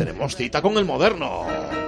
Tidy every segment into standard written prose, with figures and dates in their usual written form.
tenemos cita con el moderno.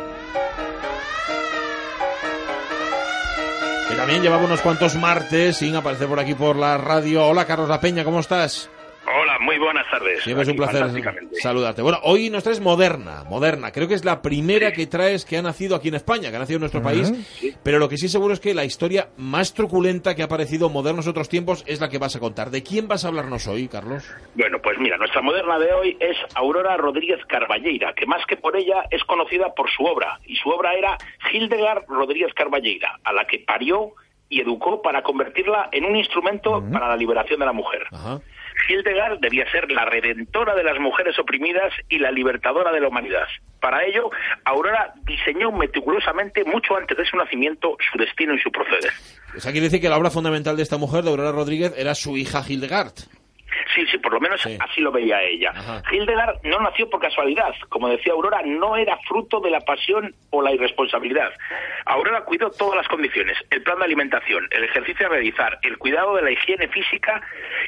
Que también llevaba unos cuantos martes sin aparecer por aquí por la radio. Hola, Carlos La Peña, ¿cómo estás? Hola, muy buenas tardes. Siempre es un placer saludarte. Bueno, hoy nos traes Moderna. Creo que es la primera que traes que ha nacido aquí en España, que ha nacido en nuestro país. Sí. Pero lo que sí seguro es que la historia más truculenta que ha aparecido Modernos otros tiempos es la que vas a contar. ¿De quién vas a hablarnos hoy, Carlos? Bueno, pues mira, nuestra Moderna de hoy es Aurora Rodríguez Carballeira, que más que por ella es conocida por su obra. Y su obra era Hildegard Rodríguez Carballeira, a la que parió y educó para convertirla en un instrumento para la liberación de la mujer. Ajá. Hildegard debía ser la redentora de las mujeres oprimidas y la libertadora de la humanidad. Para ello, Aurora diseñó meticulosamente, mucho antes de su nacimiento, su destino y su proceder. Eso quiere decir que la obra fundamental de esta mujer, de Aurora Rodríguez, era su hija Hildegard. Sí, por lo menos sí. Así lo veía ella. Ajá. Hildegard no nació por casualidad. Como decía Aurora, no era fruto de la pasión o la irresponsabilidad. Aurora cuidó todas las condiciones: el plan de alimentación, el ejercicio a realizar, el cuidado de la higiene física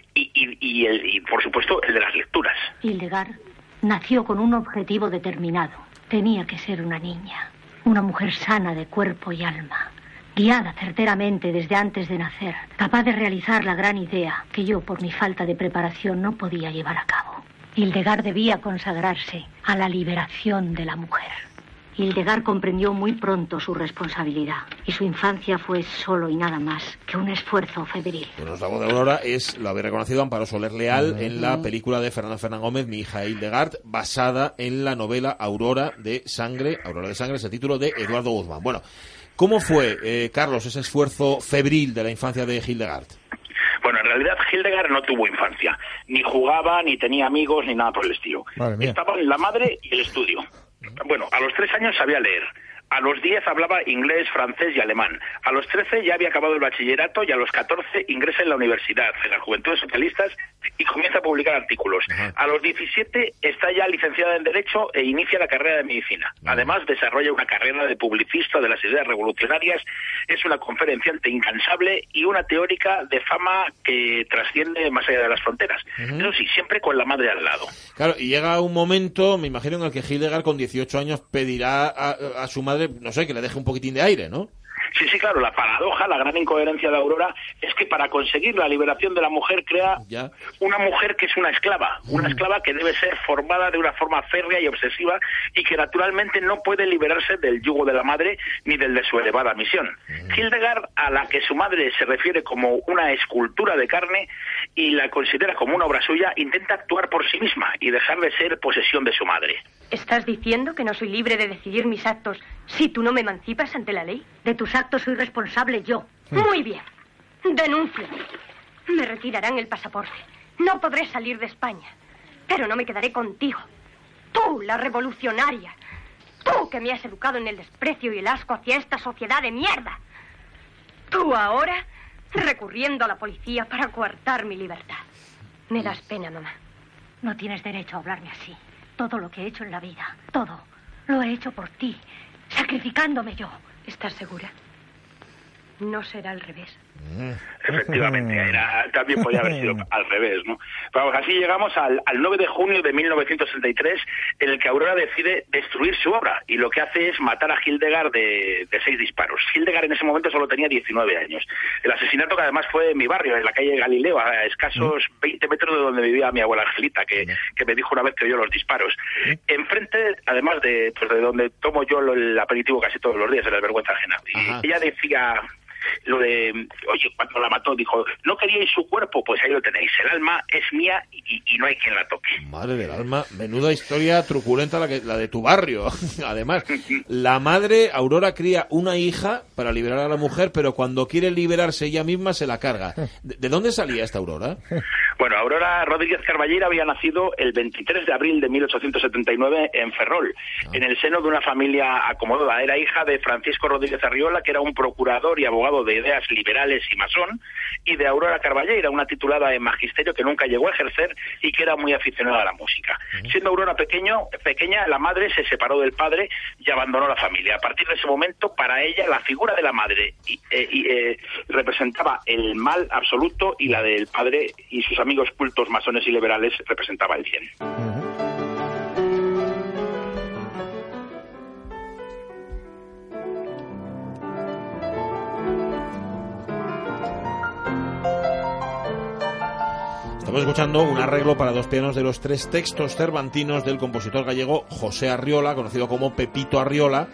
y por supuesto, el de las lecturas. Hildegard nació con un objetivo determinado. Tenía que ser una niña, una mujer sana de cuerpo y alma, guiada certeramente desde antes de nacer, capaz de realizar la gran idea que yo, por mi falta de preparación, no podía llevar a cabo. Hildegard debía consagrarse a la liberación de la mujer. Hildegard comprendió muy pronto su responsabilidad, y su infancia fue solo y nada más que un esfuerzo febril. Bueno, la voz de Aurora lo había reconocido Amparo Soler Leal en la película de Fernando Fernán Gómez, Mi hija Hildegard, basada en la novela Aurora de Sangre, es el título de Eduardo Guzmán. Bueno, ¿cómo fue, Carlos, ese esfuerzo febril de la infancia de Hildegard? Bueno, en realidad Hildegard no tuvo infancia. Ni jugaba, ni tenía amigos, ni nada por el estilo. Estaban la madre y el estudio. Bueno, a los 3 años sabía leer. A los 10 hablaba inglés, francés y alemán. A los 13 ya había acabado el bachillerato y a los 14 ingresa en la universidad, en las Juventudes Socialistas, y comienza a publicar artículos. Ajá. A los 17 está ya licenciada en Derecho e inicia la carrera de Medicina. Ajá. Además, desarrolla una carrera de publicista de las ideas revolucionarias, es una conferenciante incansable y una teórica de fama que trasciende más allá de las fronteras. Ajá. Eso sí, siempre con la madre al lado. Claro, y llega un momento, me imagino, en el que Hildegard con 18 años pedirá a su madre, no sé, que le deje un poquitín de aire, ¿no? Sí, claro, la paradoja, la gran incoherencia de Aurora es que para conseguir la liberación de la mujer crea una mujer que es una esclava que debe ser formada de una forma férrea y obsesiva y que naturalmente no puede liberarse del yugo de la madre ni del de su elevada misión. Hildegard, a la que su madre se refiere como una escultura de carne y la considera como una obra suya, intenta actuar por sí misma y dejar de ser posesión de su madre. ¿Estás diciendo que no soy libre de decidir mis actos si tú no me emancipas ante la ley? De tus actos soy responsable yo. Muy bien. Denúnciame. Me retirarán el pasaporte. No podré salir de España. Pero no me quedaré contigo. Tú, la revolucionaria. Tú que me has educado en el desprecio y el asco hacia esta sociedad de mierda. Tú ahora recurriendo a la policía para coartar mi libertad. Me das pena, mamá. No tienes derecho a hablarme así. Todo lo que he hecho en la vida, todo, lo he hecho por ti, sacrificándome yo. ¿Estás segura? No será al revés. Efectivamente, también podía haber sido al revés, ¿no? Pero así llegamos al 9 de junio de 1963, en el que Aurora decide destruir su obra, y lo que hace es matar a Hildegard de 6 disparos. Hildegard en ese momento solo tenía 19 años. El asesinato, que además fue en mi barrio, en la calle Galileo, a escasos 20 metros de donde vivía mi abuela Angelita, que me dijo una vez que oyó los disparos. Enfrente, además de donde tomo yo el aperitivo casi todos los días, en la vergüenza ajena. Y ella decía lo de, oye, cuando la mató, dijo, ¿no queríais su cuerpo? Pues ahí lo tenéis, el alma es mía y no hay quien la toque. Madre del alma, menuda historia truculenta la de tu barrio. Además, la madre, Aurora, cría una hija para liberar a la mujer, pero cuando quiere liberarse ella misma se la carga. ¿De dónde salía esta Aurora? Bueno, Aurora Rodríguez Carballeira había nacido el 23 de abril de 1879 en Ferrol, en el seno de una familia acomodada. Era hija de Francisco Rodríguez Arriola, que era un procurador y abogado de ideas liberales y masón, y de Aurora Carballeira, una titulada en magisterio que nunca llegó a ejercer y que era muy aficionada a la música. Siendo Aurora pequeña, la madre se separó del padre y abandonó la familia. A partir de ese momento, para ella, la figura de la madre representaba el mal absoluto y la del padre y sus amigos cultos masones y liberales representaba el bien. Estamos escuchando un arreglo para 2 pianos de los 3 textos cervantinos del compositor gallego José Arriola, conocido como Pepito Arriola.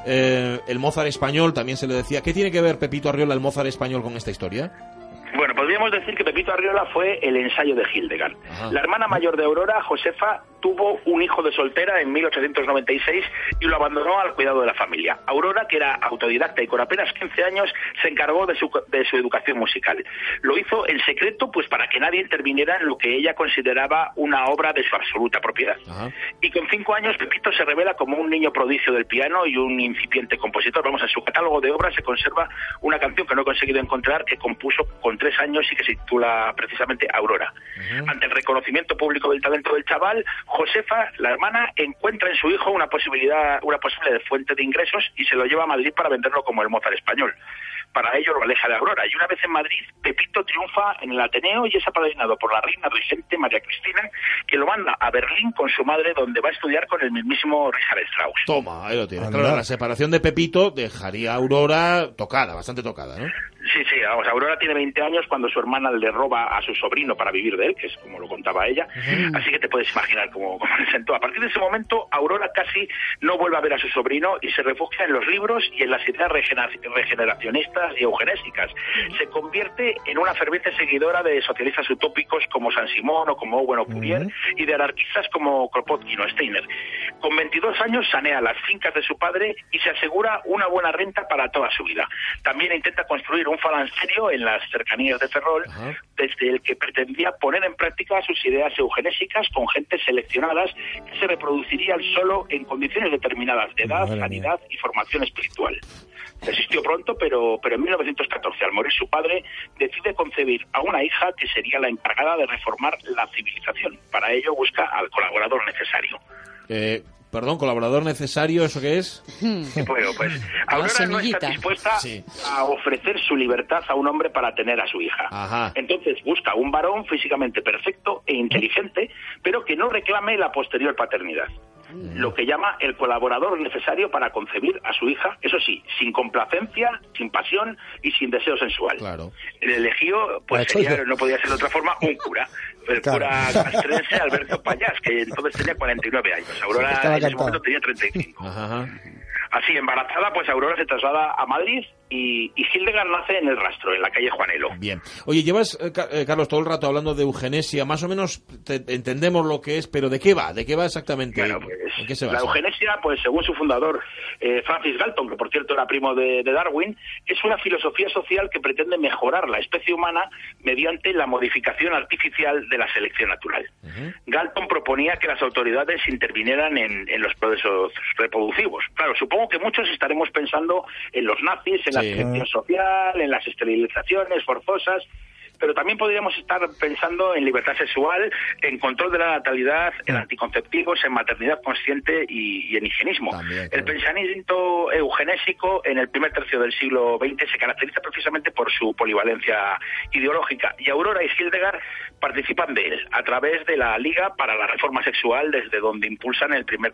El Mozart español también se le decía. ¿Qué tiene que ver Pepito Arriola, el Mozart español, con esta historia? Bueno, podríamos decir que Pepito Arriola fue el ensayo de Hildegard. Ajá. La hermana mayor de Aurora, Josefa, tuvo un hijo de soltera en 1896 y lo abandonó al cuidado de la familia. Aurora, que era autodidacta y con apenas 15 años, se encargó de su educación musical. Lo hizo en secreto, pues para que nadie interviniera en lo que ella consideraba una obra de su absoluta propiedad. Ajá. Y con 5 años, Pepito se revela como un niño prodigio del piano y un incipiente compositor. Vamos, en su catálogo de obras se conserva una canción que no he conseguido encontrar, que compuso con 3 años y que se titula precisamente Aurora. Uh-huh. Ante el reconocimiento público del talento del chaval, Josefa, la hermana, encuentra en su hijo una posible fuente de ingresos y se lo lleva a Madrid para venderlo como el Mozart español. Para ello lo aleja de Aurora, y una vez en Madrid, Pepito triunfa en el Ateneo y es apadrinado por la reina regente María Cristina, que lo manda a Berlín con su madre, donde va a estudiar con el mismísimo Richard Strauss. Toma, ahí lo tienes. Claro, la separación de Pepito dejaría a Aurora tocada, bastante tocada, ¿no? Sí, vamos, Aurora tiene 20 años cuando su hermana le roba a su sobrino para vivir de él, que es como lo contaba ella, así que te puedes imaginar cómo le sentó. A partir de ese momento, Aurora casi no vuelve a ver a su sobrino y se refugia en los libros y en las ideas regeneracionistas y eugenésicas. Se convierte en una ferviente seguidora de socialistas utópicos como Saint-Simon o como Owen o Fourier y de anarquistas como Kropotkin o Steiner. Con 22 años sanea las fincas de su padre y se asegura una buena renta para toda su vida. También intenta construir un falangerio en las cercanías de Ferrol, desde el que pretendía poner en práctica sus ideas eugenésicas con gentes seleccionadas que se reproducirían solo en condiciones determinadas de edad, sanidad y formación espiritual. Desistió pronto, pero en 1914, al morir su padre, decide concebir a una hija que sería la encargada de reformar la civilización. Para ello busca al colaborador necesario. Perdón, colaborador necesario, ¿eso qué es? Bueno, pues Aurora no está dispuesta a ofrecer su libertad a un hombre para tener a su hija. Ajá. Entonces busca un varón físicamente perfecto e inteligente, pero que no reclame la posterior paternidad. Lo que llama el colaborador necesario para concebir a su hija, eso sí, sin complacencia, sin pasión y sin deseo sensual. Claro. El elegido, pues sería, no podía ser de otra forma, un cura. El cura castrense Alberto Payás, que entonces tenía 49 años. Aurora en ese momento tenía 35. Ajá. Así, embarazada, pues Aurora se traslada a Madrid y Hildegard nace en El Rastro, en la calle Juanelo. Bien. Oye, llevas, Carlos, todo el rato hablando de eugenesia. Más o menos entendemos lo que es, pero ¿de qué va? ¿De qué va exactamente? Bueno, pues, ¿en qué se basa? La eugenesia, pues según su fundador, Francis Galton, que por cierto era primo de Darwin, es una filosofía social que pretende mejorar la especie humana mediante la modificación artificial de la selección natural. Galton proponía que las autoridades intervinieran en los procesos reproductivos. Claro, supongo que muchos estaremos pensando en los nazis, en la selección social, en las esterilizaciones forzosas, pero también podríamos estar pensando en libertad sexual, en control de la natalidad, en anticonceptivos, en maternidad consciente y en higienismo. También, claro. El pensamiento eugenésico en el primer tercio del siglo XX se caracteriza precisamente por su polivalencia ideológica, y Aurora y Hildegard participan de él a través de la Liga para la Reforma Sexual, desde donde impulsan el primer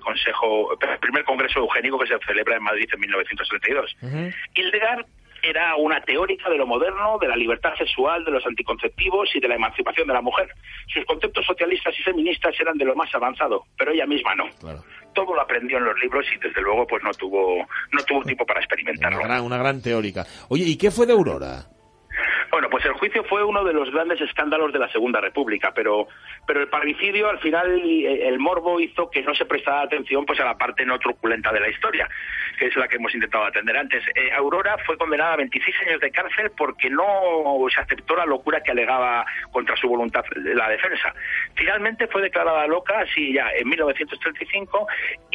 congreso eugénico que se celebra en Madrid en 1932. Hildegard era una teórica de lo moderno, de la libertad sexual, de los anticonceptivos y de la emancipación de la mujer. Sus conceptos socialistas y feministas eran de lo más avanzado, pero ella misma no. Claro. Todo lo aprendió en los libros y desde luego pues no tuvo tiempo para experimentarlo. Una gran teórica. Oye, ¿y qué fue de Aurora? Bueno, pues el juicio fue uno de los grandes escándalos de la Segunda República, pero el parricidio, al final, el morbo hizo que no se prestara atención pues a la parte no truculenta de la historia, que es la que hemos intentado atender antes. Aurora fue condenada a 26 años de cárcel porque no se aceptó la locura que alegaba contra su voluntad la defensa. Finalmente fue declarada loca, así ya, en 1935,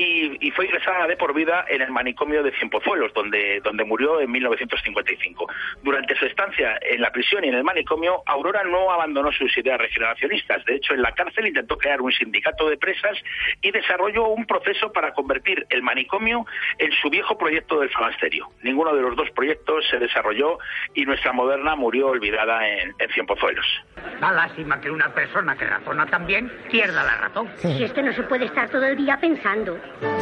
y fue ingresada de por vida en el manicomio de Cienpozuelos, donde murió en 1955. Durante su estancia en la prisión y en el manicomio, Aurora no abandonó sus ideas regeneracionistas. De hecho, en la cárcel intentó crear un sindicato de presas y desarrolló un proceso para convertir el manicomio en su viejo proyecto del falansterio. Ninguno de los dos proyectos se desarrolló y nuestra moderna murió olvidada en Cienpozuelos. Da lástima que una persona que razona tan bien pierda la razón. Si es que no se puede estar todo el día pensando.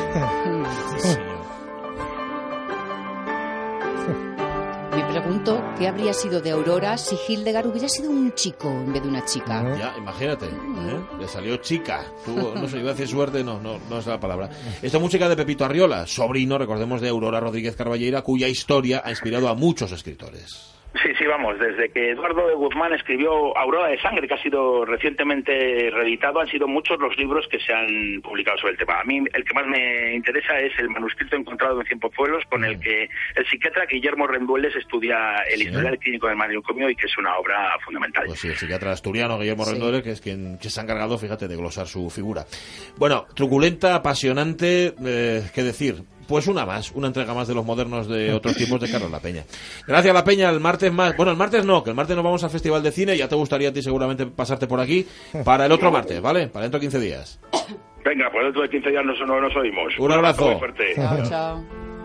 Me pregunto ¿Qué habría sido de Aurora si Hildegard hubiera sido un chico en vez de una chica? Ya, imagínate, le salió chica. Tuvo, no sé, iba a decir suerte, no es la palabra. Esta es música de Pepito Arriola, sobrino, recordemos, de Aurora Rodríguez Carballeira, cuya historia ha inspirado a muchos escritores. Sí, vamos, desde que Eduardo de Guzmán escribió Aurora de Sangre, que ha sido recientemente reeditado, han sido muchos los libros que se han publicado sobre el tema. A mí el que más me interesa es el manuscrito encontrado en Cienpozuelos, con el que el psiquiatra Guillermo Rendueles estudia el historial clínico del manicomio y que es una obra fundamental. Pues sí, el psiquiatra asturiano Guillermo Rendueles, que es quien se ha encargado, fíjate, de glosar su figura. Bueno, truculenta, apasionante, ¿qué decir? Pues una entrega más de los modernos de otros tiempos de Carlos La Peña. Gracias, La Peña, el martes más... Bueno, el martes no, que el martes nos vamos al Festival de Cine, ya te gustaría a ti seguramente pasarte por aquí para el otro martes, ¿vale? Para dentro de 15 días. Venga, pues dentro de 15 días nos oímos. Un abrazo. Muy fuerte. Chao.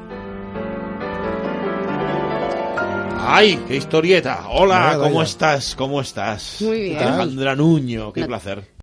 ¡Ay, qué historieta! Hola, ¿cómo estás? Muy bien. Alejandra Nuño, qué placer.